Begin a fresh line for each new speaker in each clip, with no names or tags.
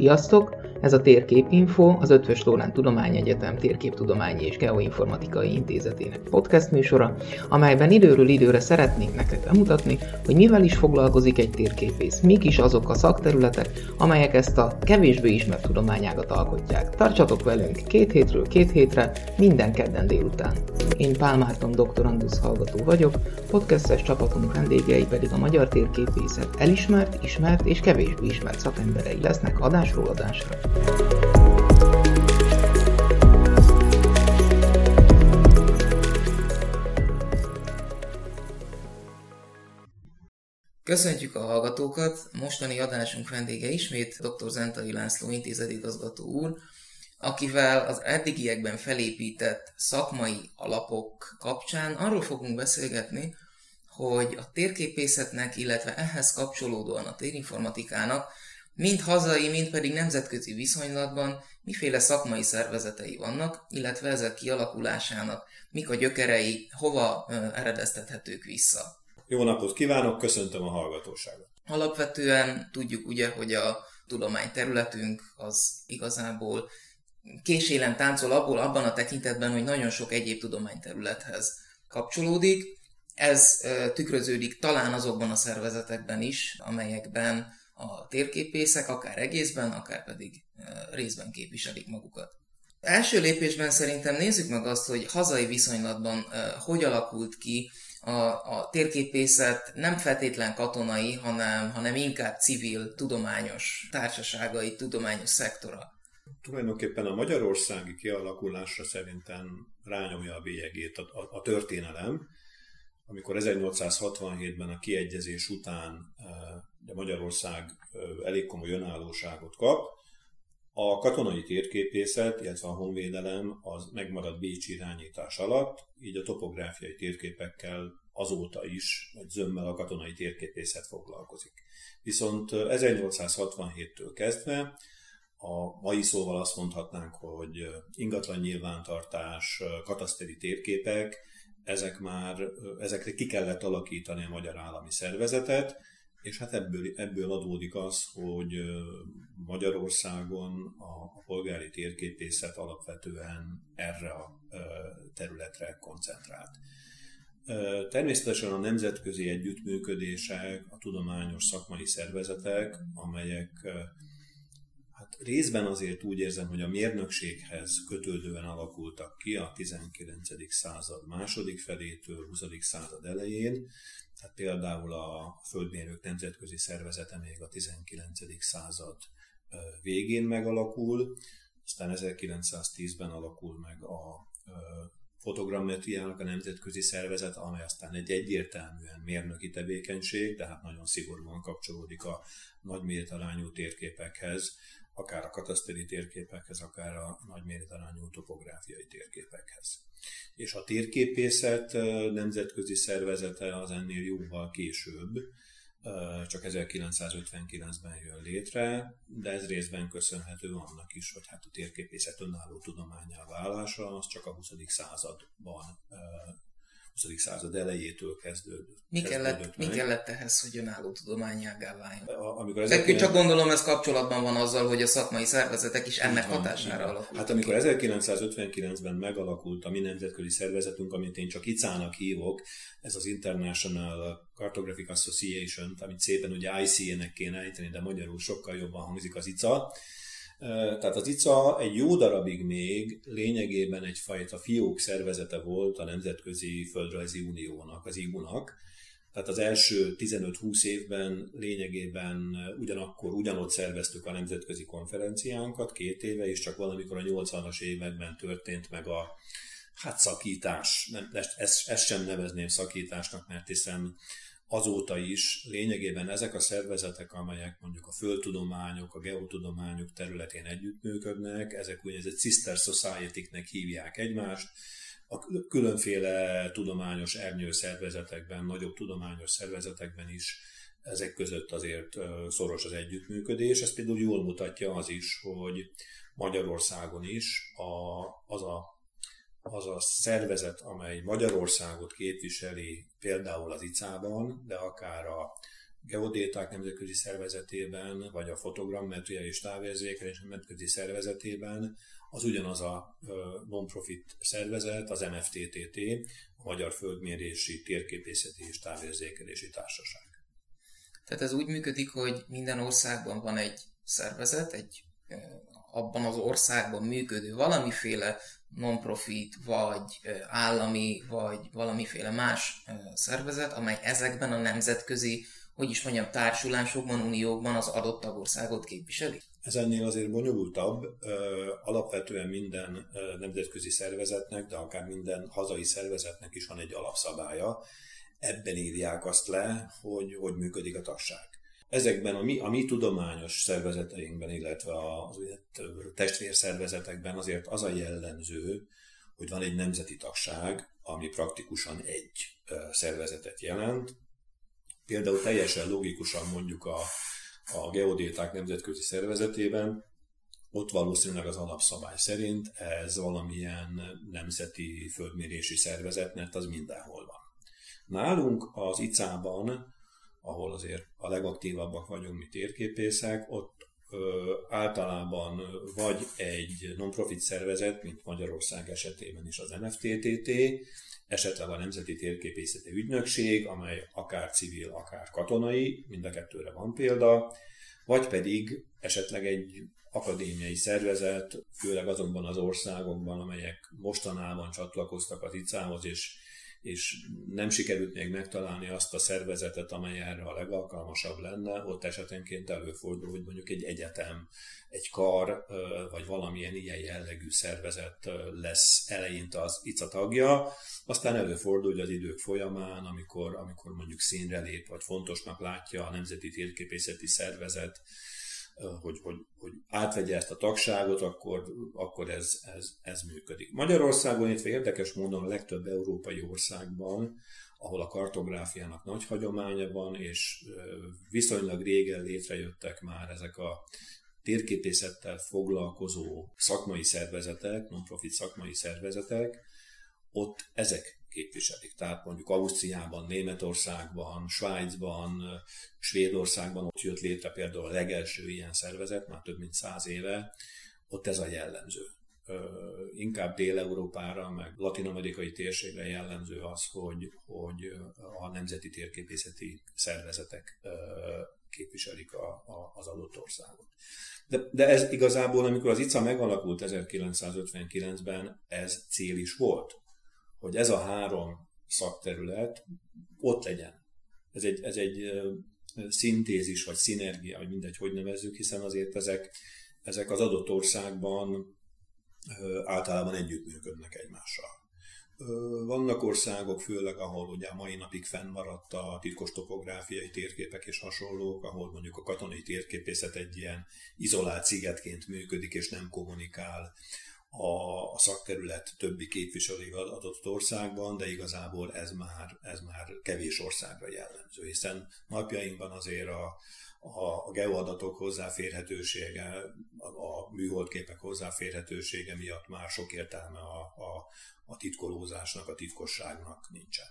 Sziasztok! Ez a Térképinfo, az Eötvös Loránd Tudományegyetem Térképtudományi és Geoinformatikai Intézetének podcast műsora, amelyben időről időre szeretnénk nektek bemutatni, hogy mivel is foglalkozik egy térképész, mik is azok a szakterületek, amelyek ezt a kevésbé ismert tudományágat alkotják. Tartsatok velünk 2 hétről 2 hétre, minden kedden délután. Én Pál Márton doktorandusz hallgató vagyok, podcastes csapatunk vendégei pedig a magyar térképészet elismert, ismert és kevésbé ismert szakemberei lesznek adásról adásra. Köszöntjük a hallgatókat! Mostani adásunk vendége ismét dr. Zentai László intézetigazgató úr, akivel az eddigiekben felépített szakmai alapok kapcsán arról fogunk beszélgetni, hogy a térképészetnek, illetve ehhez kapcsolódóan a térinformatikának mind hazai, mind pedig nemzetközi viszonylatban miféle szakmai szervezetei vannak, illetve ezek kialakulásának mik a gyökerei, hova eredeztethetők vissza.
Jó napot kívánok, köszöntöm a hallgatóságot!
Alapvetően tudjuk ugye, hogy a tudományterületünk az igazából késélen táncol abban a tekintetben, hogy nagyon sok egyéb tudományterülethez kapcsolódik. Ez tükröződik talán azokban a szervezetekben is, amelyekben a térképészek akár egészben, akár pedig részben képviselik magukat. Első lépésben szerintem nézzük meg azt, hogy hazai viszonylatban hogy alakult ki a térképészet nem feltétlen katonai, hanem inkább civil, tudományos társaságai, tudományos szektora.
Tulajdonképpen a magyarországi kialakulásra szerintem rányomja a bélyegét a történelem, amikor 1867-ben a kiegyezés után Magyarország elég komoly önállóságot kap, a katonai térképészet, illetve a honvédelem az megmaradt bécsi irányítás alatt, így a topográfiai térképekkel azóta is, vagy zömmel a katonai térképészet foglalkozik. Viszont 1867-től kezdve a mai szóval azt mondhatnánk, hogy ingatlan nyilvántartás, kataszteri térképek, ezekre ki kellett alakítani a magyar állami szervezetet, és hát ebből adódik az, hogy Magyarországon a polgári térképészet alapvetően erre a területre koncentrált. Természetesen a nemzetközi együttműködések, a tudományos szakmai szervezetek, amelyek hát részben azért úgy érzem, hogy a mérnökséghez kötődően alakultak ki a 19. század második felétől, 20. század elején. Tehát például a Földmérők Nemzetközi Szervezete még a 19. század végén megalakul, aztán 1910-ben alakul meg a Fotogrammetriának a nemzetközi szervezet, amely aztán egy egyértelműen mérnöki tevékenység, tehát nagyon szigorúan kapcsolódik a nagyméretarányú térképekhez, akár a kataszteri térképekhez, akár a nagyméretarányú topográfiai térképekhez. És a térképészet nemzetközi szervezete az ennél jóval később, csak 1959-ben jön létre, de ez részben köszönhető annak is, hogy hát a térképészet önálló tudománnyá válása az csak a 20. század elejétől kezdődött.
Mi kellett ehhez, hogy önálló tudományággá váljon? Csak gondolom, ez kapcsolatban van azzal, hogy a szakmai szervezetek is ennek hatására alakultak.
Hát amikor 1959-ben megalakult a mi nemzetközi szervezetünk, amit én csak ICA-nak hívok, ez az International Cartographic Association, amit szépen ugye ICA-nek kéne ejteni, de magyarul sokkal jobban hangzik az ICA. Tehát az ICA egy jó darabig még lényegében egyfajta fiók szervezete volt a Nemzetközi Földrajzi Uniónak, az IU-nak. Tehát az első 15-20 évben lényegében ugyanott szerveztük a nemzetközi konferenciánkat 2 éve, és csak valamikor a 80-as években történt meg a szakítás. Ezt sem nevezném szakításnak, mert hiszen azóta is lényegében ezek a szervezetek, amelyek mondjuk a földtudományok, a geotudományok területén együttműködnek, ezek úgynevezett sister society-knek hívják egymást. A különféle tudományos ernyőszervezetekben, nagyobb tudományos szervezetekben is ezek között azért szoros az együttműködés. Ez például jól mutatja az is, hogy Magyarországon is az a szervezet, amely Magyarországot képviseli például az ICA-ban, de akár a Geodéták Nemzetközi Szervezetében, vagy a Fotogrammetria és Távérzékelés Nemzetközi Szervezetében az ugyanaz a non-profit szervezet, az MFTTT, a Magyar Földmérési, Térképészeti és Távérzékelési Társaság.
Tehát ez úgy működik, hogy minden országban van egy szervezet, egy abban az országban működő valamiféle non-profit, vagy állami, vagy valamiféle más szervezet, amely ezekben a nemzetközi, társulásokban, uniókban az adott tagországot képviseli?
Ez ennél azért bonyolultabb. Alapvetően minden nemzetközi szervezetnek, de akár minden hazai szervezetnek is van egy alapszabálya. Ebben írják azt le, hogy működik a tagság. Ezekben a mi tudományos szervezeteinkben, illetve a testvérszervezetekben azért az a jellemző, hogy van egy nemzeti tagság, ami praktikusan egy szervezetet jelent. Például teljesen logikusan mondjuk a Geodéták Nemzetközi Szervezetében, ott valószínűleg az alapszabály szerint ez valamilyen nemzeti földmérési szervezet, mert az mindenhol van. Nálunk az ICA-ban, ahol azért a legaktívabbak vagyunk mi térképészek, ott általában vagy egy non-profit szervezet, mint Magyarország esetében is az NFTTT, esetleg a Nemzeti Térképészeti Ügynökség, amely akár civil, akár katonai, mind a kettőre van példa, vagy pedig esetleg egy akadémiai szervezet, főleg azokban az országokban, amelyek mostanában csatlakoztak az ICA-hoz, és nem sikerült még megtalálni azt a szervezetet, amely erre a legalkalmasabb lenne, ott esetenként előfordul, hogy mondjuk egy egyetem, egy kar, vagy valamilyen ilyen jellegű szervezet lesz eleinte az ICA tagja, aztán előfordul, hogy az idők folyamán, amikor mondjuk színre lép, vagy fontosnak látja a Nemzeti Térképészeti Szervezet, hogy átvegye ezt a tagságot, akkor ez működik. Magyarországon, illetve érdekes módon a legtöbb európai országban, ahol a kartográfiának nagy hagyománya van, és viszonylag régen létrejöttek már ezek a térképészettel foglalkozó szakmai szervezetek, non-profit szakmai szervezetek, ott ezek képviselik. Tehát mondjuk Ausztriában, Németországban, Svájcban, Svédországban ott jött létre például a legelső ilyen szervezet, már több mint 100 éve, ott ez a jellemző. Inkább Dél-Európára, meg latin-amerikai térségre jellemző az, hogy a nemzeti térképészeti szervezetek képviselik az adott országot. De ez igazából, amikor az ICA megalakult 1959-ben, ez cél is volt, hogy ez a 3 szakterület ott legyen. Ez egy szintézis, vagy szinergia, vagy mindegy, hogy nevezzük, hiszen azért ezek az adott országban általában együttműködnek egymással. Vannak országok, főleg ahol ugye a mai napig fennmaradt a titkos topográfiai térképek és hasonlók, ahol mondjuk a katonai térképészet egy ilyen izolált szigetként működik és nem kommunikál a szakterület többi képviselővel adott országban, de igazából ez már kevés országra jellemző, hiszen napjainkban azért a geoadatok hozzáférhetősége, a műholdképek hozzáférhetősége miatt már sok értelme a titkolózásnak, a titkosságnak nincsen.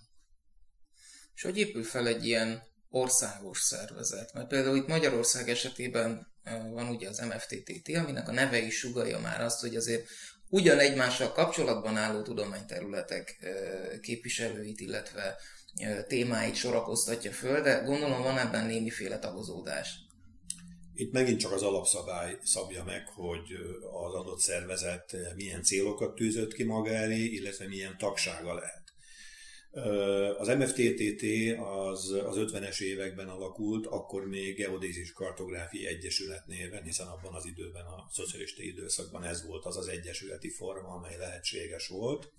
És hogy épül fel egy ilyen országos szervezet? Mert például itt Magyarország esetében van ugye az MFTTT, aminek a neve is sugallja már azt, hogy azért ugyan egymással kapcsolatban álló tudományterületek képviselőit, illetve témáit sorakoztatja föl, de gondolom van ebben némiféle tagozódás.
Itt megint csak az alapszabály szabja meg, hogy az adott szervezet milyen célokat tűzött ki maga elé, illetve milyen tagsága lehet. Az MFTTT az 50-es években alakult, akkor még Geodézis Kartográfiai Egyesület néven, hiszen abban az időben, a szocialista időszakban ez volt az egyesületi forma, amely lehetséges volt.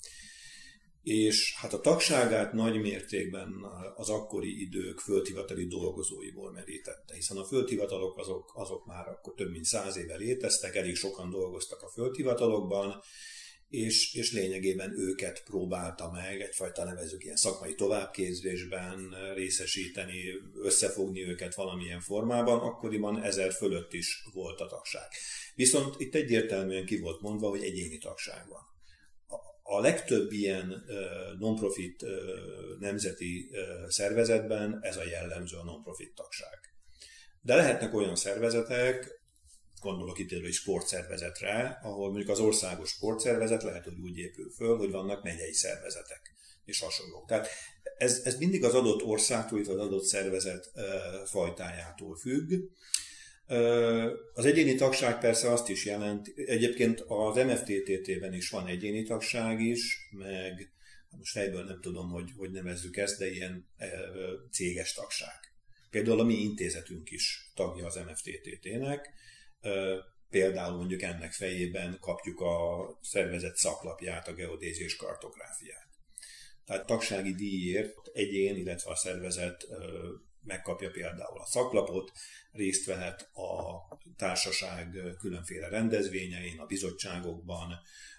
És hát a tagságát nagy mértékben az akkori idők földhivatali dolgozóiból merítette, hiszen a földhivatalok azok már akkor több mint 100 éve léteztek, elég sokan dolgoztak a földhivatalokban, és lényegében őket próbálta meg egyfajta nevezzük ilyen szakmai továbbképzésben részesíteni, összefogni őket valamilyen formában, akkoriban 1000 fölött is volt a tagság. Viszont itt egyértelműen ki volt mondva, hogy egyéni tagság van. A legtöbb ilyen non-profit nemzeti szervezetben ez a jellemző a non-profit tagság. De lehetnek olyan szervezetek, gondolok itt egy sportszervezetre, ahol mondjuk az országos sportszervezet lehet, hogy úgy épül föl, hogy vannak megyei szervezetek és hasonlók. Tehát ez mindig az adott országtól, illetve az adott szervezet fajtájától függ. Az egyéni tagság persze azt is jelent, egyébként az MFTTT-ben is van egyéni tagság is, meg most fejből nem tudom, hogy nevezzük ezt, de ilyen céges tagság. Például a mi intézetünk is tagja az MFTTT-nek, például mondjuk ennek fejében kapjuk a szervezet szaklapját, a geodézis kartográfiát. Tehát tagsági díjért egyén, illetve a szervezet megkapja például a szaklapot, részt vehet a társaság különféle rendezvényein, a bizottságokban,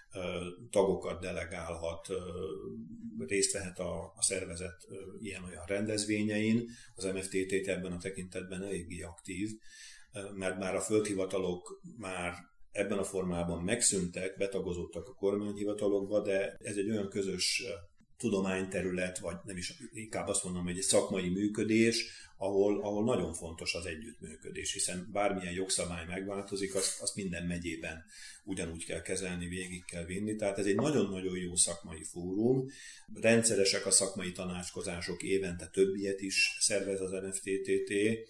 tagokat delegálhat, részt vehet a szervezet ilyen-olyan rendezvényein. Az MFTT ebben a tekintetben eléggé aktív, mert már a földhivatalok már ebben a formában megszűntek, betagozódtak a kormányhivatalokba, de ez egy olyan közös tudományterület, vagy nem is, inkább azt mondom, hogy egy szakmai működés, ahol nagyon fontos az együttműködés, hiszen bármilyen jogszabály megváltozik, azt minden megyében ugyanúgy kell kezelni, végig kell vinni. Tehát ez egy nagyon-nagyon jó szakmai fórum. Rendszeresek a szakmai tanácskozások, évente több ilyet is szervez az NFTTT.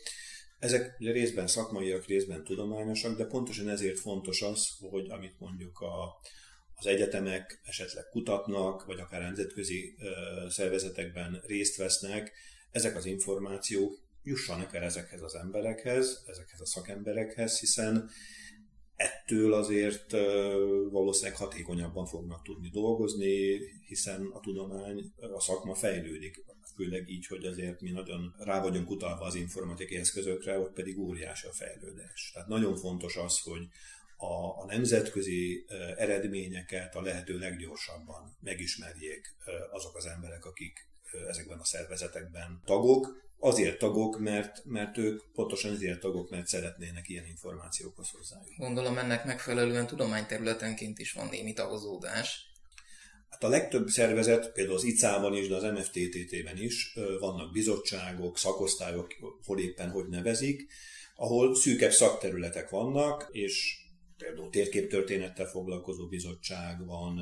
Ezek részben szakmaiak, részben tudományosak, de pontosan ezért fontos az, hogy amit mondjuk az egyetemek esetleg kutatnak, vagy akár nemzetközi szervezetekben részt vesznek, ezek az információk jussanak el ezekhez az emberekhez, ezekhez a szakemberekhez, hiszen ettől azért valószínűleg hatékonyabban fognak tudni dolgozni, hiszen a tudomány, a szakma fejlődik. Főleg így, hogy azért mi nagyon rá vagyunk utalva az informatikai eszközökre, ott pedig óriási a fejlődés. Tehát nagyon fontos az, hogy a nemzetközi eredményeket a lehető leggyorsabban megismerjék azok az emberek, akik ezekben a szervezetekben tagok. Azért tagok, mert ők pontosan azért tagok, mert szeretnének ilyen információkhoz hozzájutni.
Gondolom ennek megfelelően tudományterületenként is van némi tagozódás.
Hát a legtöbb szervezet, például az ICA-ban is, de az MFTTT-ben is vannak bizottságok, szakosztályok, hol éppen hogy nevezik, ahol szűkebb szakterületek vannak, és például térképtörténettel foglalkozó bizottság van,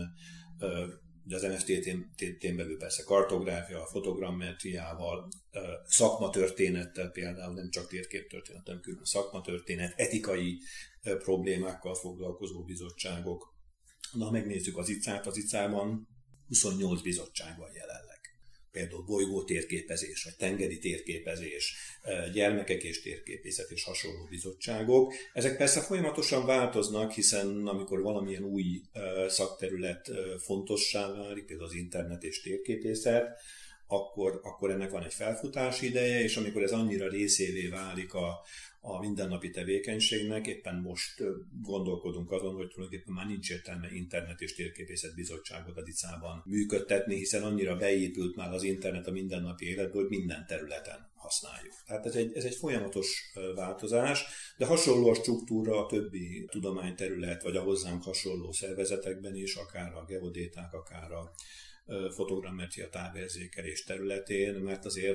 de az MFTT-n belül persze kartográfia, fotogrammetriával, szakmatörténettel például, nem csak térképtörténet, hanem külön szakmatörténet, etikai problémákkal foglalkozó bizottságok. Na, megnézzük az ICA-t, az ICA-ban 28 bizottság van jelenleg. Például bolygó térképezés, vagy tengeri térképezés, gyermekek és térképészet és hasonló bizottságok. Ezek persze folyamatosan változnak, hiszen amikor valamilyen új szakterület fontossá válik, például az internet és térképészet, akkor ennek van egy felfutási ideje, és amikor ez annyira részévé válik a mindennapi tevékenységnek, éppen most gondolkodunk azon, hogy tulajdonképpen már nincs értelme internet és térképészet bizottságot a DICA-ban működtetni, hiszen annyira beépült már az internet a mindennapi életbe, hogy minden területen használjuk. Tehát ez egy folyamatos változás, de hasonló a struktúra a többi tudományterület, vagy a hozzánk hasonló szervezetekben is, akár a geodéták, akár a fotogrammetria távérzékelés területén, mert azért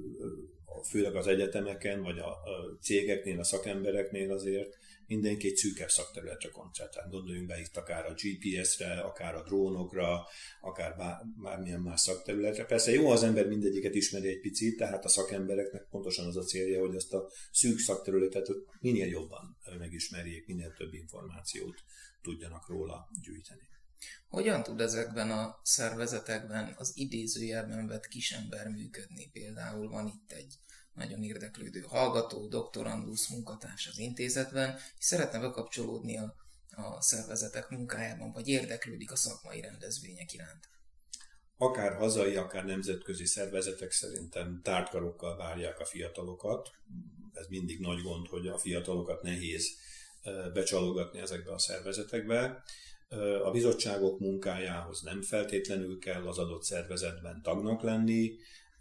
főleg az egyetemeken, vagy a cégeknél, a szakembereknél azért mindenki egy szűkebb szakterületre koncentrál. Gondoljunk be itt akár a GPS-re, akár a drónokra, akár bármilyen más szakterületre. Persze jó, az ember mindegyiket ismeri egy picit, tehát a szakembereknek pontosan az a célja, hogy ezt a szűk szakterületet minél jobban megismerjék, minél több információt tudjanak róla gyűjteni.
Hogyan tud ezekben a szervezetekben az idézőjelben vett kisember működni? Például van itt egy nagyon érdeklődő hallgató, doktorandusz, munkatárs az intézetben, és szeretne bekapcsolódni a szervezetek munkájában, vagy érdeklődik a szakmai rendezvények iránt.
Akár hazai, akár nemzetközi szervezetek szerintem tártkarokkal várják a fiatalokat. Ez mindig nagy gond, hogy a fiatalokat nehéz becsalogatni ezekbe a szervezetekbe. A bizottságok munkájához nem feltétlenül kell az adott szervezetben tagnak lenni,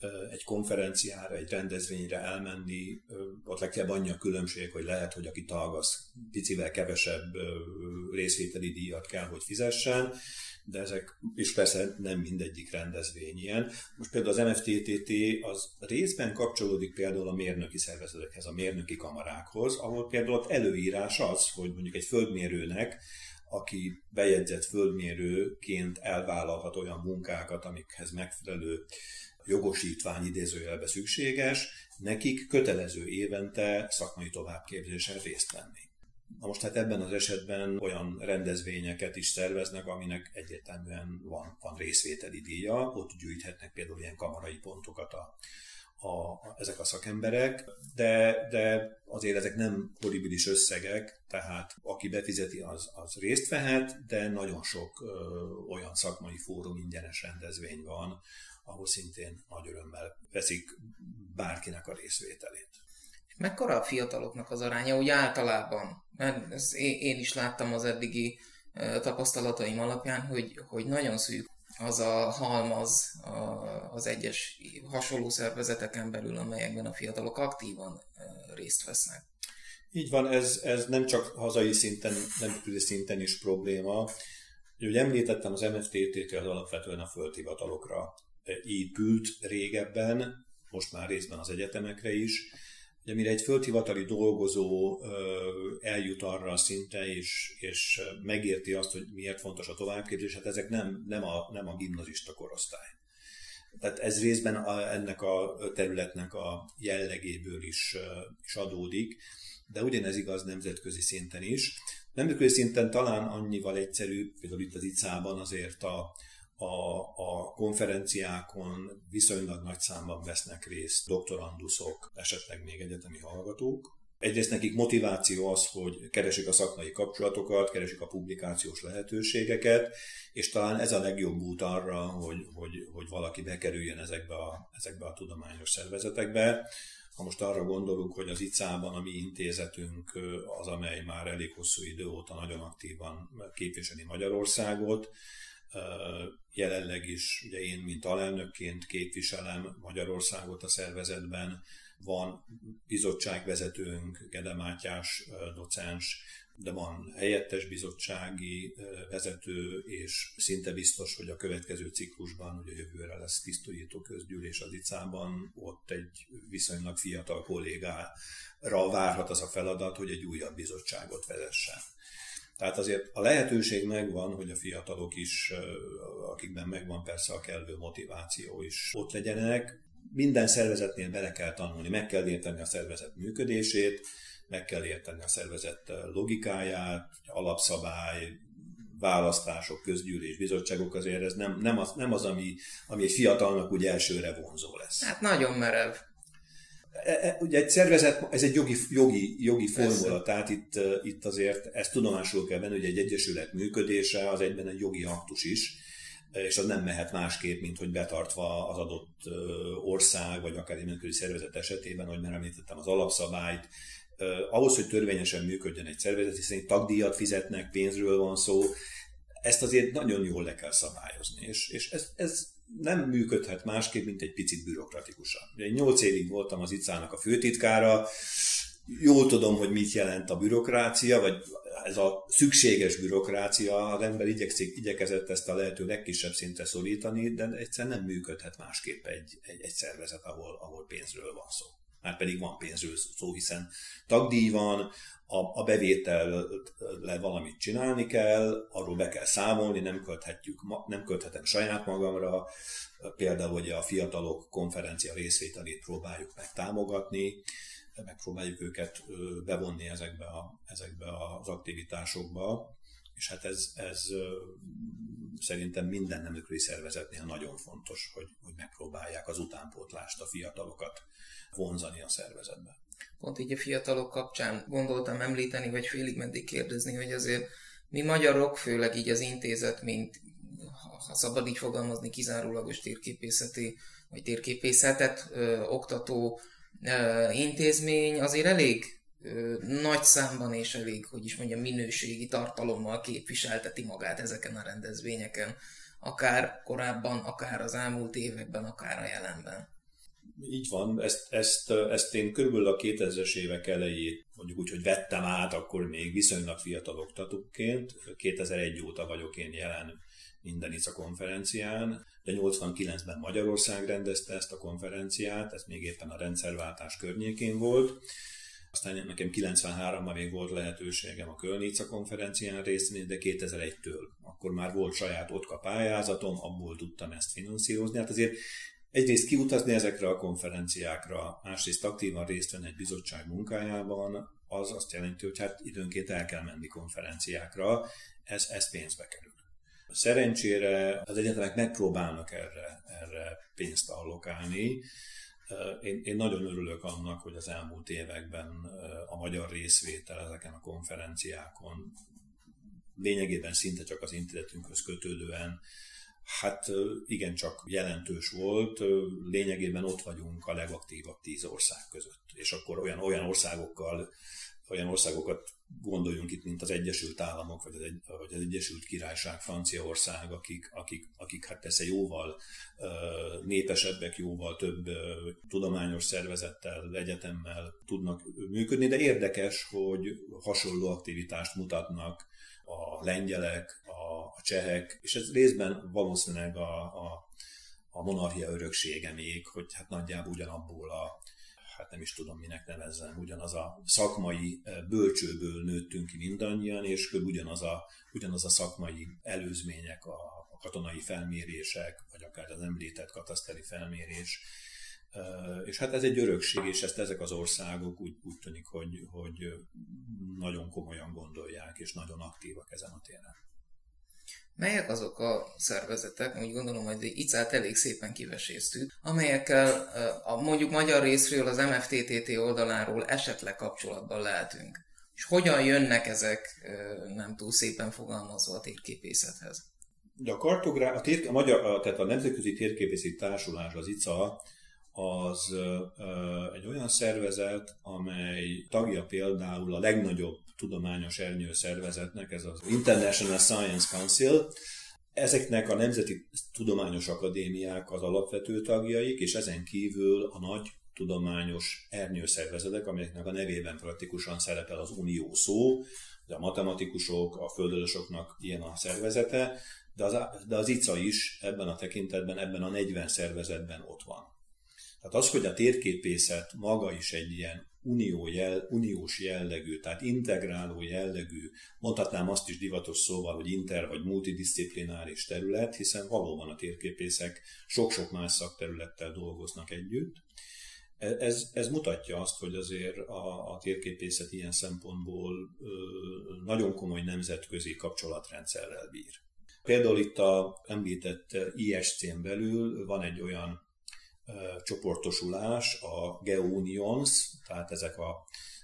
egy konferenciára, egy rendezvényre elmenni, ott legfeljebb annyi a különbség, hogy lehet, hogy aki tag, az picivel kevesebb részvételi díjat kell, hogy fizessen, de ezek, és persze nem mindegyik rendezvény ilyen. Most például az MFTTT az részben kapcsolódik például a mérnöki szervezetekhez, a mérnöki kamarákhoz, ahol például ott előírás az, hogy mondjuk egy földmérőnek, aki bejegyzett földmérőként elvállalhat olyan munkákat, amikhez megfelelő jogosítvány idézőjelbe szükséges, nekik kötelező évente szakmai továbbképzésen részt venni. Na most hát ebben az esetben olyan rendezvényeket is szerveznek, aminek egyértelműen van részvételi díja, ott gyűjthetnek például ilyen kamarai pontokat ezek a szakemberek, de azért ezek nem horribilis összegek, tehát aki befizeti, az részt vehet, de nagyon sok olyan szakmai fórum, ingyenes rendezvény van, ahol szintén nagy örömmel veszik bárkinek a részvételét.
Mekkora a fiataloknak az aránya úgy általában? Mert ezt én is láttam az eddigi tapasztalataim alapján, hogy nagyon szűk az a halmaz az egyes hasonló szervezeteken belül, amelyekben a fiatalok aktívan részt vesznek.
Így van, ez nem csak hazai szinten, nemzetközi szinten is probléma. Ugye említettem, az MFTTT az alapvetően a földhivatalokra épült régebben, most már részben az egyetemekre is. Ugye mire egy földhivatali dolgozó eljut arra a szintre, és megérti azt, hogy miért fontos a továbbképzés, hát ezek nem a gimnazista korosztály. Tehát ez részben ennek a területnek a jellegéből is adódik, de ugyanez igaz nemzetközi szinten is. Nemzetközi szinten talán annyival egyszerűbb, például itt az ICA-ban azért a konferenciákon viszonylag nagy számban vesznek részt doktoranduszok, esetleg még egyetemi hallgatók. Egyrészt nekik motiváció az, hogy keresik a szakmai kapcsolatokat, keresik a publikációs lehetőségeket, és talán ez a legjobb út arra, hogy valaki bekerüljön ezekbe a tudományos szervezetekbe. Ha most arra gondolunk, hogy az ICA-ban a mi intézetünk az, amely már elég hosszú idő óta nagyon aktívan képviseli Magyarországot, jelenleg is ugye én, mint alelnökként képviselem Magyarországot a szervezetben, van bizottságvezetőnk, Gede Mátyás docens, de van helyettes bizottsági vezető, és szinte biztos, hogy a következő ciklusban, ugye jövőre lesz tisztújító közgyűlés az ICA-ban, ott egy viszonylag fiatal kollégára várhat az a feladat, hogy egy újabb bizottságot vezessen. Tehát azért a lehetőség megvan, hogy a fiatalok is, akikben megvan persze a kellő motiváció is ott legyenek. Minden szervezetnél bele kell tanulni, meg kell érteni a szervezet működését, meg kell érteni a szervezet logikáját, alapszabály, választások, közgyűlés, bizottságok, azért ez nem az, ami egy fiatalnak úgy elsőre vonzó lesz.
Hát nagyon merev.
Ugye egy szervezet, ez egy jogi formula, tehát itt azért ezt tudomásul kell venni, hogy egy egyesület működése az egyben egy jogi aktus is, és az nem mehet másképp, mint hogy betartva az adott ország, vagy akár egy nemzetközi szervezet esetében, hogy már említettem az alapszabályt. Ahhoz, hogy törvényesen működjön egy szervezet, hiszen egy tagdíjat fizetnek, pénzről van szó, ezt azért nagyon jól le kell szabályozni, és ez nem működhet másképp, mint egy picit bürokratikusan. Én 8 évig voltam az ICA-nak a főtitkára, jól tudom, hogy mit jelent a bürokrácia, vagy ez a szükséges bürokrácia, az ember igyekezett ezt a lehető legkisebb szintre szorítani, de egyszerűen nem működhet másképp egy szervezet, ahol pénzről van szó. Már pedig van pénzről szó, hiszen tagdíj van, a bevétellel valamit csinálni kell, arról be kell számolni, nem költhetem saját magamra, például hogy a fiatalok konferencia részvételét próbáljuk meg támogatni, megpróbáljuk őket bevonni ezekbe az aktivitásokba, és hát ez szerintem minden nemzetközi szervezetnél nagyon fontos, hogy megpróbálják az utánpótlást, a fiatalokat vonzani a szervezetbe.
Pont így a fiatalok kapcsán gondoltam említeni, vagy félig meddig kérdezni, hogy azért mi magyarok, főleg így az intézet, mint, ha szabad így fogalmazni, kizárólagos térképészeti, vagy térképészetet oktató intézmény azért elég nagy számban és elég, hogy is mondjam, minőségi tartalommal képviselteti magát ezeken a rendezvényeken. Akár korábban, akár az elmúlt években, akár a jelenben.
Így van, ezt én körülbelül a 2000-es évek elejét, mondjuk úgy, hogy vettem át, akkor még viszonylag fiatal oktatóként. 2001 óta vagyok én jelen minden ICA konferencián, de 89-ben Magyarország rendezte ezt a konferenciát, ez még éppen a rendszerváltás környékén volt. Aztán nekem 93-ban még volt lehetőségem a Kölni ICA konferencián részt venni, de 2001-től akkor már volt saját OTKA pályázatom, abból tudtam ezt finanszírozni. Hát azért egyrészt kiutazni ezekre a konferenciákra, másrészt aktívan részt venni egy bizottság munkájában, az azt jelenti, hogy hát időnként el kell menni konferenciákra, ez pénzbe kerül. Szerencsére az egyetemek megpróbálnak erre pénzt allokálni. Én nagyon örülök annak, hogy az elmúlt években a magyar részvétel ezeken a konferenciákon lényegében szinte csak az intézetünkhöz kötődően hát igencsak jelentős volt, lényegében ott vagyunk a legaktívabb 10 ország között. És akkor olyan országokat gondoljunk itt, mint az Egyesült Államok, vagy az Egyesült Királyság, Franciaország, akik hát persze jóval népesebbek, jóval több tudományos szervezettel, egyetemmel tudnak működni, de érdekes, hogy hasonló aktivitást mutatnak a lengyelek, a csehek, és ez részben valószínűleg a monarchia öröksége még, hogy hát nagyjából ugyanabból hát nem is tudom minek nevezzem, ugyanaz a szakmai bölcsőből nőttünk ki mindannyian, és ugyanaz a szakmai előzmények, a katonai felmérések, vagy akár az említett kataszteri felmérés. És hát ez egy örökség, és ezt ezek az országok úgy tűnik, hogy nagyon komolyan gondolják, és nagyon aktívak ezen a téren.
Melyek azok a szervezetek, úgy gondolom, hogy ICA-t elég szépen kiveséztük, amelyekkel mondjuk magyar részről, az MFTTT oldaláról esetleg kapcsolatban lehetünk? És hogyan jönnek ezek, nem túl szépen fogalmazva, a térképészethez?
Tehát a Nemzetközi Térképészeti Társulás, az ICA, az egy olyan szervezet, amely tagja például a legnagyobb tudományos ernyőszervezetnek, ez az International Science Council. Ezeknek a nemzeti tudományos akadémiák az alapvető tagjaik, és ezen kívül a nagy tudományos ernyőszervezetek, amelyeknek a nevében praktikusan szerepel az unió szó, a matematikusok, a földalosoknak ilyen a szervezete, de az ICA is ebben a tekintetben, ebben a 40 szervezetben ott van. Tehát az, hogy a térképészet maga is egy ilyen uniós jellegű, tehát integráló jellegű, mondhatnám azt is divatos szóval, hogy vagy multidisziplináris terület, hiszen valóban a térképészek sok-sok más szakterülettel dolgoznak együtt. Ez mutatja azt, hogy azért a térképészet ilyen szempontból nagyon komoly nemzetközi kapcsolatrendszerrel bír. Például itt a említett ISC-n belül van egy olyan csoportosulás, a GeoUnions, tehát ezek a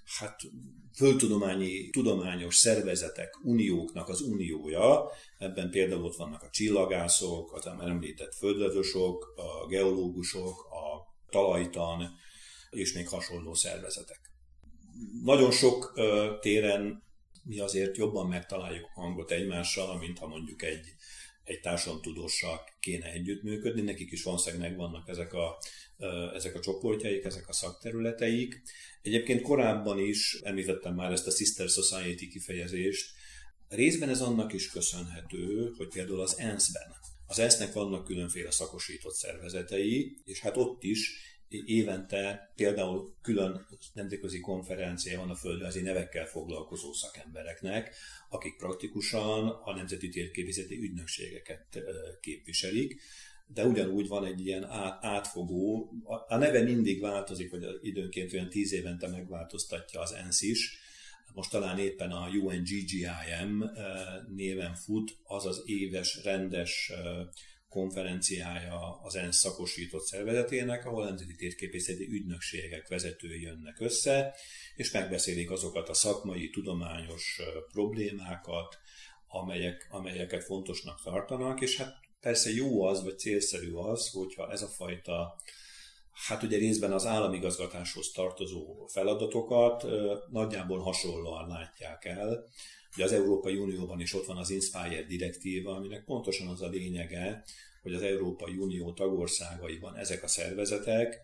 tudományos szervezetek, unióknak az uniója, ebben például ott vannak a csillagászok, az már említett földrajzosok, a geológusok, a talajtan, és még hasonló szervezetek. Nagyon sok téren mi azért jobban megtaláljuk a hangot egymással, mint ha mondjuk egy társadalomtudóssal kéne együttműködni, nekik is valószínűleg megvannak ezek a csoportjaik, ezek a szakterületeik. Egyébként korábban is említettem már ezt a Sister Society kifejezést. Részben ez annak is köszönhető, hogy például az ENSZ-ben. Az ENSZ-nek vannak különféle szakosított szervezetei, és hát ott is évente például külön nemzetközi konferencia van a földrajzi nevekkel foglalkozó szakembereknek, akik praktikusan a nemzeti térképészeti ügynökségeket képviselik, de ugyanúgy van egy ilyen átfogó, a neve mindig változik, vagy időnként olyan 10 évente megváltoztatja az ENSZ is, most talán éppen a UNGGIM néven fut, az az éves rendes konferenciája az ENSZ szakosított szervezetének, ahol nemzeti térképészeti ügynökségek vezetői jönnek össze, és megbeszélik azokat a szakmai, tudományos problémákat, amelyeket fontosnak tartanak, és hát persze jó az, vagy célszerű az, hogyha ez a fajta, hát ugye részben az államigazgatáshoz tartozó feladatokat nagyjából hasonlóan látják el. Ugye az Európai Unióban is ott van az Inspire direktíva, aminek pontosan az a lényege, hogy az Európai Unió tagországaiban ezek a szervezetek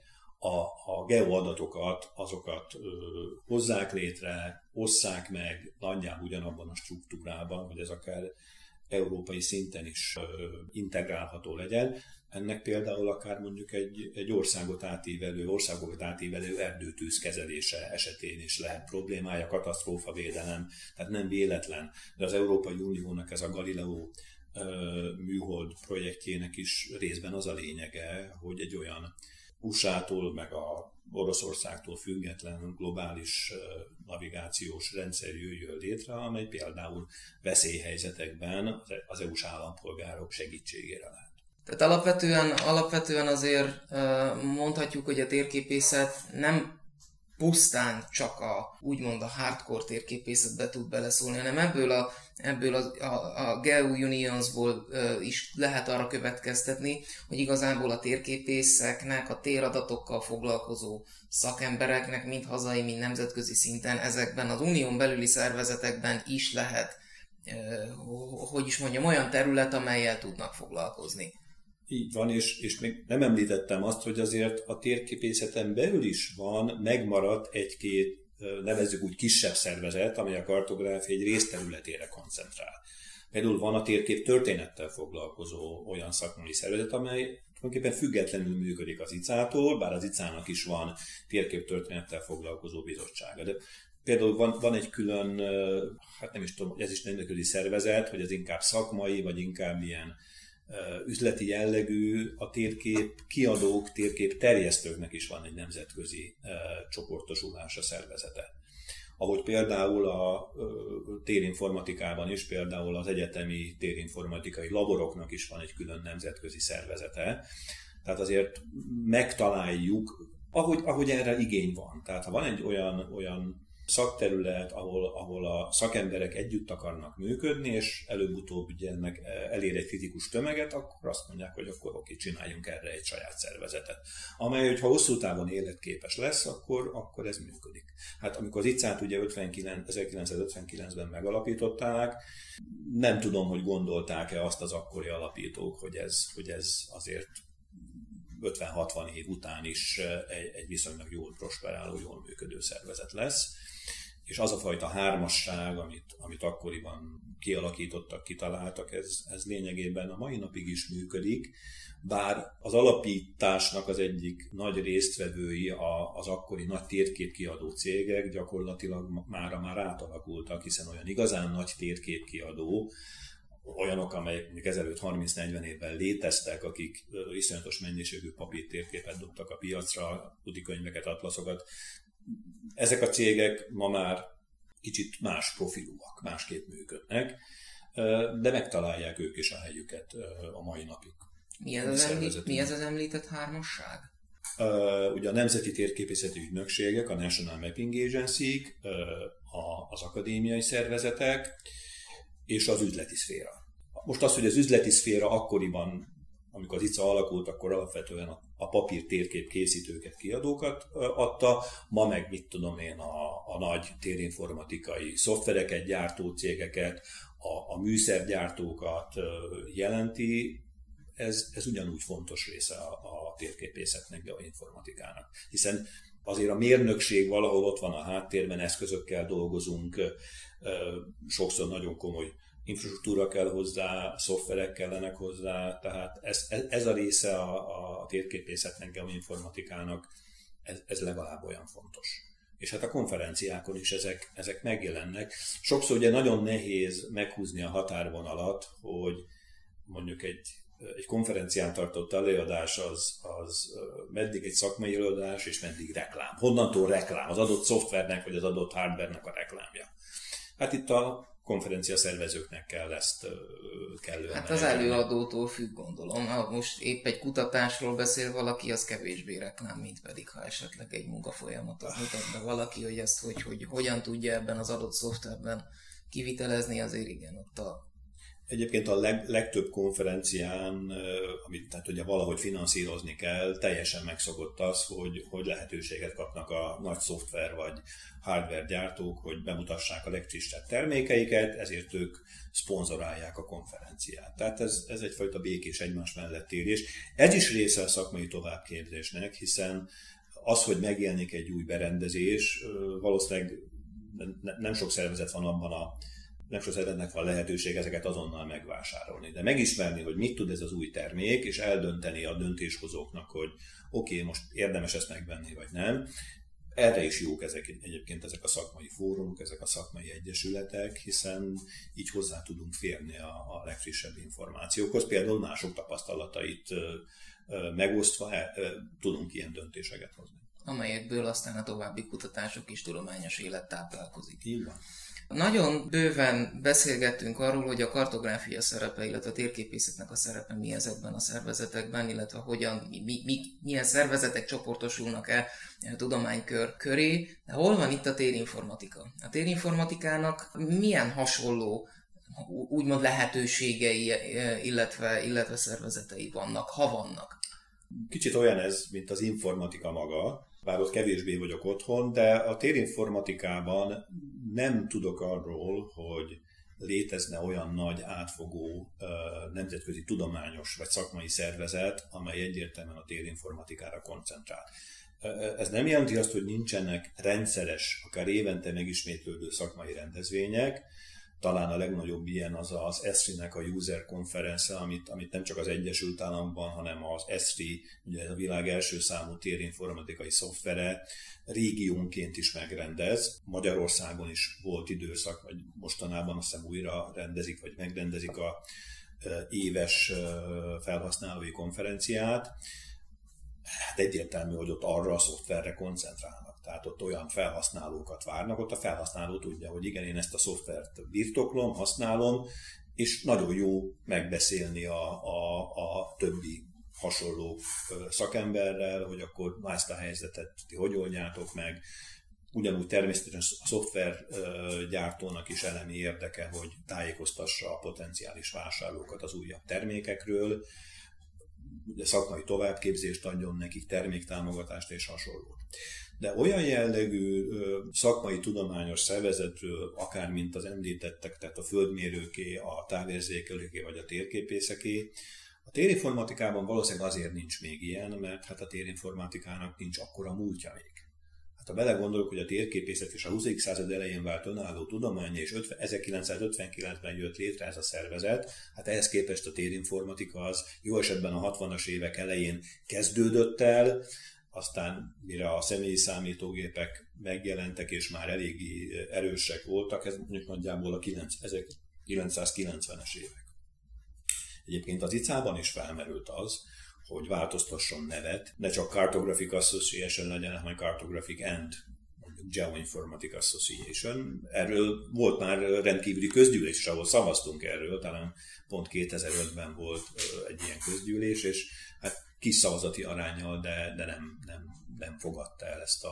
a geoadatokat, azokat hozzák létre, osszák meg nagyjából ugyanabban a struktúrában, hogy ez akár európai szinten is integrálható legyen. Ennek például akár mondjuk egy országokat átívelő erdőtűz kezelése esetén is lehet problémája, katasztrófavédelem, tehát nem véletlen. De az Európai Uniónak ez a Galileo műhold projektjének is részben az a lényege, hogy egy olyan USA-tól meg a Oroszországtól független globális navigációs rendszer jöjjön létre, amely például veszélyhelyzetekben az EU-s állampolgárok segítségére lehet.
Tehát alapvetően azért mondhatjuk, hogy a térképészet nem pusztán csak úgymond a hardcore térképészetbe tud beleszólni, hanem ebből a GeoUnionsból is lehet arra következtetni, hogy igazából a térképészeknek, a téradatokkal foglalkozó szakembereknek, mind hazai, mind nemzetközi szinten ezekben az unión belüli szervezetekben is lehet, olyan terület, amellyel tudnak foglalkozni.
Így van, és még nem említettem azt, hogy azért a térképészeten belül is megmaradt egy-két, nevezzük úgy, kisebb szervezet, amely a kartográfia egy részterületére koncentrál. Például van a térkép történettel foglalkozó olyan szakmai szervezet, amely tulajdonképpen függetlenül működik az ICA-tól, bár az ICA-nak is van térkép történettel foglalkozó bizottsága. De például van egy külön, hát nem is tudom, ez is nemzetközi szervezet, hogy ez inkább szakmai, vagy inkább ilyen üzleti jellegű, a térkép kiadók, térkép terjesztőknek is van egy nemzetközi csoportosulása, szervezete. Ahogy például a térinformatikában is, például az egyetemi térinformatikai laboroknak is van egy külön nemzetközi szervezete. Tehát azért megtaláljuk, ahogy erre igény van. Tehát ha van egy olyan szakterület, ahol a szakemberek együtt akarnak működni, és előbb-utóbb ugye ennek elér egy kritikus tömeget, akkor azt mondják, hogy akkor oké, csináljunk erre egy saját szervezetet. Amely, hogyha hosszú távon életképes lesz, akkor ez működik. Hát amikor az ICA-t ugye 1959-ben megalapították, nem tudom, hogy gondolták-e azt az akkori alapítók, hogy ez azért 50-60 év után is egy viszonylag jól prosperáló, jól működő szervezet lesz. És az a fajta hármasság, amit akkoriban kialakítottak, kitaláltak, ez lényegében a mai napig is működik, bár az alapításnak az egyik nagy résztvevői az akkori nagy térképkiadó cégek gyakorlatilag már átalakultak, hiszen olyan igazán nagy térképkiadó, olyanok, amelyek ezelőtt 30-40 évvel léteztek, akik iszonyatos mennyiségű papírtérképet dobtak a piacra, útikönyveket, atlaszokat. Ezek a cégek ma már kicsit más profilúak, másképp működnek, de megtalálják ők is a helyüket a mai napig.
Mi ez az említett hármasság?
Ugye a Nemzeti Térképészeti Ügynökségek, a National Mapping Agency-k, az akadémiai szervezetek, és az üzleti szféra. Most az, hogy az üzleti szféra akkoriban, amikor az ICA alakult, akkor alapvetően a papír térkép készítőket, kiadókat adta, ma meg mit tudom én, a nagy térinformatikai szoftvereket gyártó cégeket, a műszergyártókat jelenti. Ez ugyanúgy fontos része a térképészetnek, geoinformatikának. Hiszen azért a mérnökség valahol ott van a háttérben, eszközökkel dolgozunk, sokszor nagyon komoly infrastruktúra kell hozzá, szoftverek kellenek hozzá, tehát ez a része a térképészetnek, geoinformatikának, ez legalább olyan fontos. És hát a konferenciákon is ezek megjelennek. Sokszor ugye nagyon nehéz meghúzni a határvonalat, hogy mondjuk egy konferencián tartott előadás az meddig egy szakmai előadás, és meddig reklám. Honnantól reklám? Az adott szoftvernek, vagy az adott hardvernek a reklámja. Hát itt a konferencia szervezőknek kell ezt kellően.
Hát az előadótól függ, gondolom. Ha most épp egy kutatásról beszél valaki, az kevésbé reklám, mint pedig ha esetleg egy munkafolyamatot mutat be valaki, hogy ezt hogy hogyan tudja ebben az adott szoftverben kivitelezni, azért igen, ott
Egyébként a legtöbb konferencián, amit tehát ugye valahogy finanszírozni kell, teljesen megszokott az, hogy lehetőséget kapnak a nagy szoftver vagy hardware gyártók, hogy bemutassák a legfrissebb termékeiket, ezért ők szponzorálják a konferenciát. Tehát ez egyfajta békés egymás mellett élés. Ez is része a szakmai továbbképzésnek, hiszen Az, hogy megjelenik egy új berendezés, valószínűleg nem sok szervezet van nem sok szervezetnek van lehetőség ezeket azonnal megvásárolni. De megismerni, hogy mit tud ez az új termék, és eldönteni a döntéshozóknak, hogy oké, most érdemes ezt megvenni, vagy nem. Erre is jók egyébként ezek a szakmai fórumok, ezek a szakmai egyesületek, hiszen így hozzá tudunk férni a legfrissebb információkhoz. Például mások tapasztalatait megosztva tudunk ilyen döntéseket hozni.
Amelyekből aztán a további kutatások is tudományos élet táplálkozik.
Így van.
Nagyon bőven beszélgettünk arról, hogy a kartográfia szerepe, illetve a térképészetnek a szerepe mi ezekben a szervezetekben, illetve hogyan, milyen szervezetek csoportosulnak el a tudománykör köré. De hol van itt a térinformatika? A térinformatikának milyen hasonló úgymond lehetőségei, illetve szervezetei vannak, ha vannak?
Kicsit olyan ez, mint az informatika maga, bár ott kevésbé vagyok otthon, de a térinformatikában nem tudok arról, hogy létezne olyan nagy átfogó nemzetközi tudományos vagy szakmai szervezet, amely egyértelműen a térinformatikára koncentrál. Ez nem jelenti azt, hogy nincsenek rendszeres, akár évente megismétlődő szakmai rendezvények. Talán a legnagyobb ilyen az ESRI-nek a user konferencia, amit nem csak az Egyesült Államokban, hanem az ESRI, ugye ez a világ első számú térinformatikai szoftvere, régiónként is megrendez. Magyarországon is volt időszak, vagy mostanában azt hiszem újra rendezik, vagy megrendezik a éves felhasználói konferenciát. Hát egyértelmű, hogy ott arra a szoftverre koncentrálnak. Tehát ott olyan felhasználókat várnak, ott a felhasználó tudja, hogy igen, én ezt a szoftvert birtoklom, használom, és nagyon jó megbeszélni a többi hasonló szakemberrel, hogy akkor ezt a helyzetet ti hogy oldjátok meg. Ugyanúgy természetesen a szoftvergyártónak is elemi érdeke, hogy tájékoztassa a potenciális vásárlókat az újabb termékekről, ugye szakmai továbbképzést adjon nekik, terméktámogatást és hasonlót. De olyan jellegű szakmai tudományos szervezetről, akár mint az említettek, tehát a földmérőké, a távérzékelőké vagy a térképészeké, a térinformatikában valószínűleg azért nincs még ilyen, mert hát a térinformatikának nincs akkora múltja még. Hát ha belegondolok, hogy a térképészet is a 20. század elején vált önálló tudomány, és 1959-ben jött létre ez a szervezet, hát ehhez képest a térinformatika az jó esetben a 60-as évek elején kezdődött el, aztán mire a személyi számítógépek megjelentek és már eléggé erősek voltak, ez mondjuk nagyjából a 1990-es évek. Egyébként az ICA-ban is felmerült az, hogy változtasson nevet, ne csak Cartographic Association legyen, hanem Cartographic and mondjuk Geoinformatic Association. Erről volt már rendkívüli közgyűlés, ahol szavaztunk erről, talán pont 2005-ben volt egy ilyen közgyűlés, és hát kis szavazati aránnyal, de nem fogadta el ezt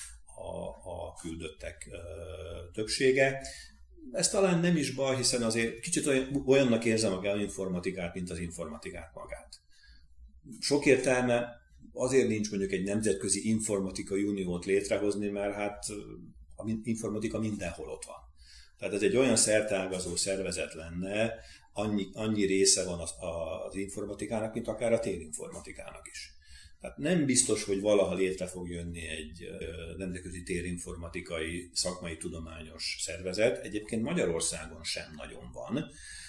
a küldöttek többsége. Ez talán nem is baj, hiszen azért kicsit olyannak érzem a geoinformatikát, mint az informatikát magát. Sok értelme azért nincs mondjuk egy nemzetközi informatikai uniót létrehozni, mert hát a informatika mindenhol ott van. Tehát ez egy olyan szerteágazó szervezet lenne, annyi része van az informatikának, mint akár a térinformatikának is. Tehát nem biztos, hogy valaha létre fog jönni egy nemzetközi térinformatikai szakmai tudományos szervezet. Egyébként Magyarországon sem nagyon van.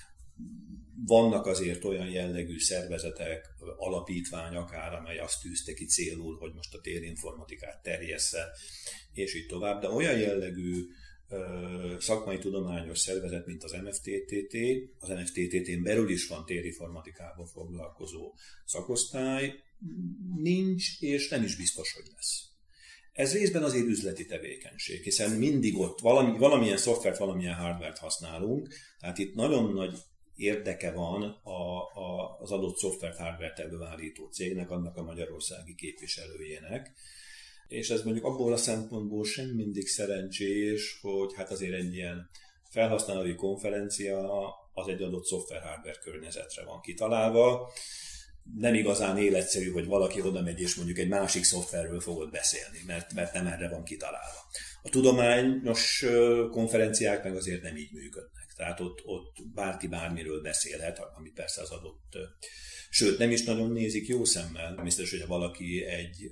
Vannak azért olyan jellegű szervezetek, alapítvány akár, amely azt tűzte ki célul, hogy most a térinformatikát terjessze, és így tovább, de olyan jellegű szakmai tudományos szervezet, mint az MFTTT, az MFTTT-n belül is van térinformatikával foglalkozó szakosztály, nincs, és nem is biztos, hogy lesz. Ez részben azért üzleti tevékenység, hiszen mindig ott valamilyen szoftvert, valamilyen hardvert használunk, tehát itt nagyon nagy érdeke van az adott szoftvert, hardvert előállító cégnek, annak a magyarországi képviselőjének. És ez mondjuk abból a szempontból sem mindig szerencsés, hogy hát azért egy ilyen felhasználói konferencia az egy adott szoftver-hardware környezetre van kitalálva. Nem igazán életszerű, hogy valaki oda megy és mondjuk egy másik szoftverről fogod beszélni, mert nem erre van kitalálva. A tudományos konferenciák meg azért nem így működnek. Tehát ott bárki bármiről beszélhet, ami persze az adott, sőt nem is nagyon nézik jó szemmel. Természetesen, hogyha valaki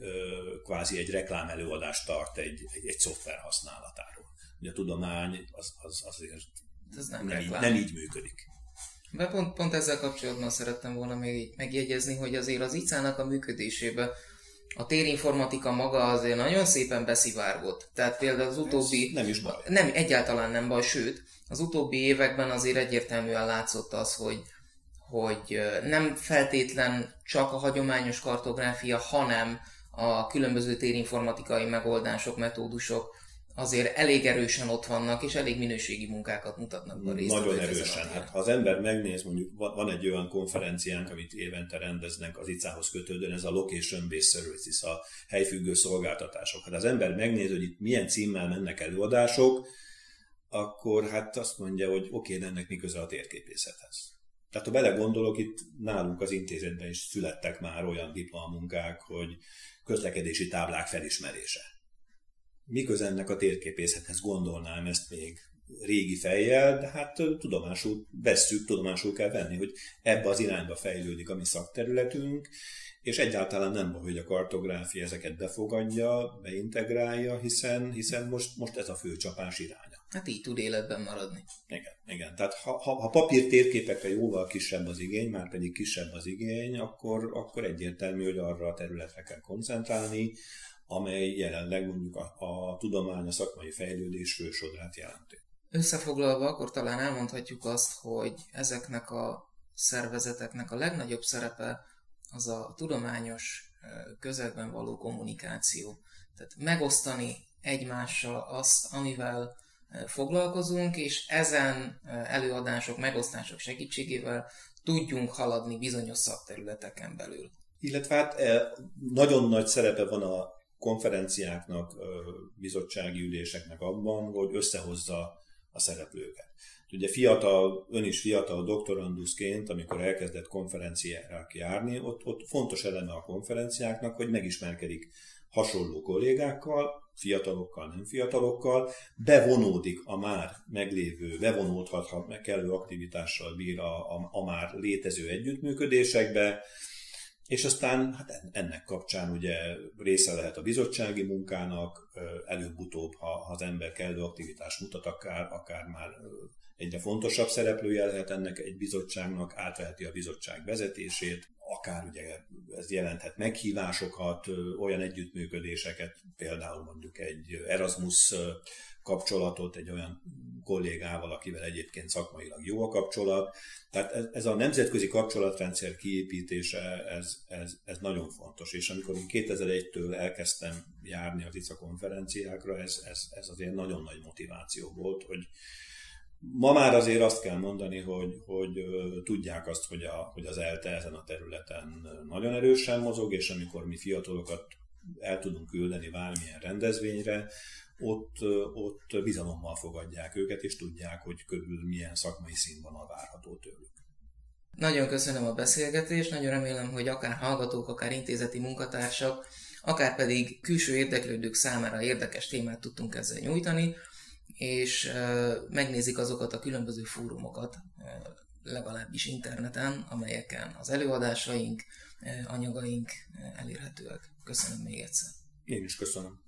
kvázi egy reklám előadást tart egy szoftver használatáról. Ugye a tudomány az azért nem így működik.
De pont ezzel kapcsolatban szerettem volna még megjegyezni, hogy azért az ICA-nak a működésében a térinformatika maga azért nagyon szépen beszivárgott. Tehát például az utóbbi...
Nem is baj.
Nem, egyáltalán nem baj, sőt, az utóbbi években azért egyértelműen látszott az, hogy nem feltétlen csak a hagyományos kartográfia, hanem a különböző térinformatikai megoldások, metódusok azért elég erősen ott vannak, és elég minőségi munkákat mutatnak a résztvevők.
Nagyon erősen. Hát, ha az ember megnéz, mondjuk van egy olyan konferenciánk, amit évente rendeznek az ICA-hoz kötődően, ez a Location-Based Services, a helyfüggő szolgáltatások. Hát az ember megnéz, hogy itt milyen címmel mennek előadások, akkor hát azt mondja, hogy oké, de ennek mi köze a térképészethez. Tehát ha belegondolok, itt nálunk az intézetben is születtek már olyan diplomamunkák, hogy közlekedési táblák felismerése. Mi köze ennek a térképészethez, gondolnám ezt még régi fejjel, de hát tudomásul vesszük, tudomásul kell venni, hogy ebbe az irányba fejlődik a mi szakterületünk, és egyáltalán nem baj, hogy a kartográfia ezeket befogadja, beintegrálja, hiszen most ez a fő csapás iránya.
Hát így tud életben maradni.
Igen. Tehát ha papír térképekre jóval kisebb az igény, már pedig kisebb az igény, akkor egyértelmű, hogy arra a területre kell koncentrálni, amely jelenleg mondjuk a tudomány, a szakmai fejlődés fősodrát jelenti.
Összefoglalva akkor talán elmondhatjuk azt, hogy ezeknek a szervezeteknek a legnagyobb szerepe az a tudományos közegben való kommunikáció. Tehát megosztani egymással azt, amivel foglalkozunk, és ezen előadások, megosztások segítségével tudjunk haladni bizonyos szakterületeken belül.
Illetve hát nagyon nagy szerepe van a konferenciáknak, bizottsági üléseknek abban, hogy összehozza a szereplőket. Ugye ön is fiatal doktoranduszként, amikor elkezdett konferenciára járni, ott fontos eleme a konferenciáknak, hogy megismerkedik hasonló kollégákkal, fiatalokkal, nem fiatalokkal, bevonódik a már meglévő, bevonódhat, meg kellő aktivitással bír a már létező együttműködésekbe, és aztán hát ennek kapcsán ugye része lehet a bizottsági munkának, előbb-utóbb, ha az ember kellő aktivitást mutat, akár már egyre fontosabb szereplője lehet ennek egy bizottságnak, átveheti a bizottság vezetését, akár ugye ez jelenthet meghívásokat, olyan együttműködéseket, például mondjuk egy Erasmus kapcsolatot egy olyan kollégával, akivel egyébként szakmailag jó a kapcsolat. Tehát ez a nemzetközi kapcsolatrendszer kiépítése, ez nagyon fontos. És amikor én 2001-től elkezdtem járni az ICA konferenciákra, ez azért nagyon nagy motiváció volt, hogy ma már azért azt kell mondani, hogy tudják azt, hogy az ELTE ezen a területen nagyon erősen mozog, és amikor mi fiatalokat el tudunk küldeni bármilyen rendezvényre, ott bizalommal fogadják őket, és tudják, hogy körül milyen szakmai színvonal várható tőlük.
Nagyon köszönöm a beszélgetést, nagyon remélem, hogy akár hallgatók, akár intézeti munkatársak, akár pedig külső érdeklődők számára érdekes témát tudtunk ezzel nyújtani, és megnézik azokat a különböző fórumokat, legalábbis interneten, amelyeken az előadásaink, anyagaink elérhetőek. Köszönöm még egyszer.
Én is köszönöm.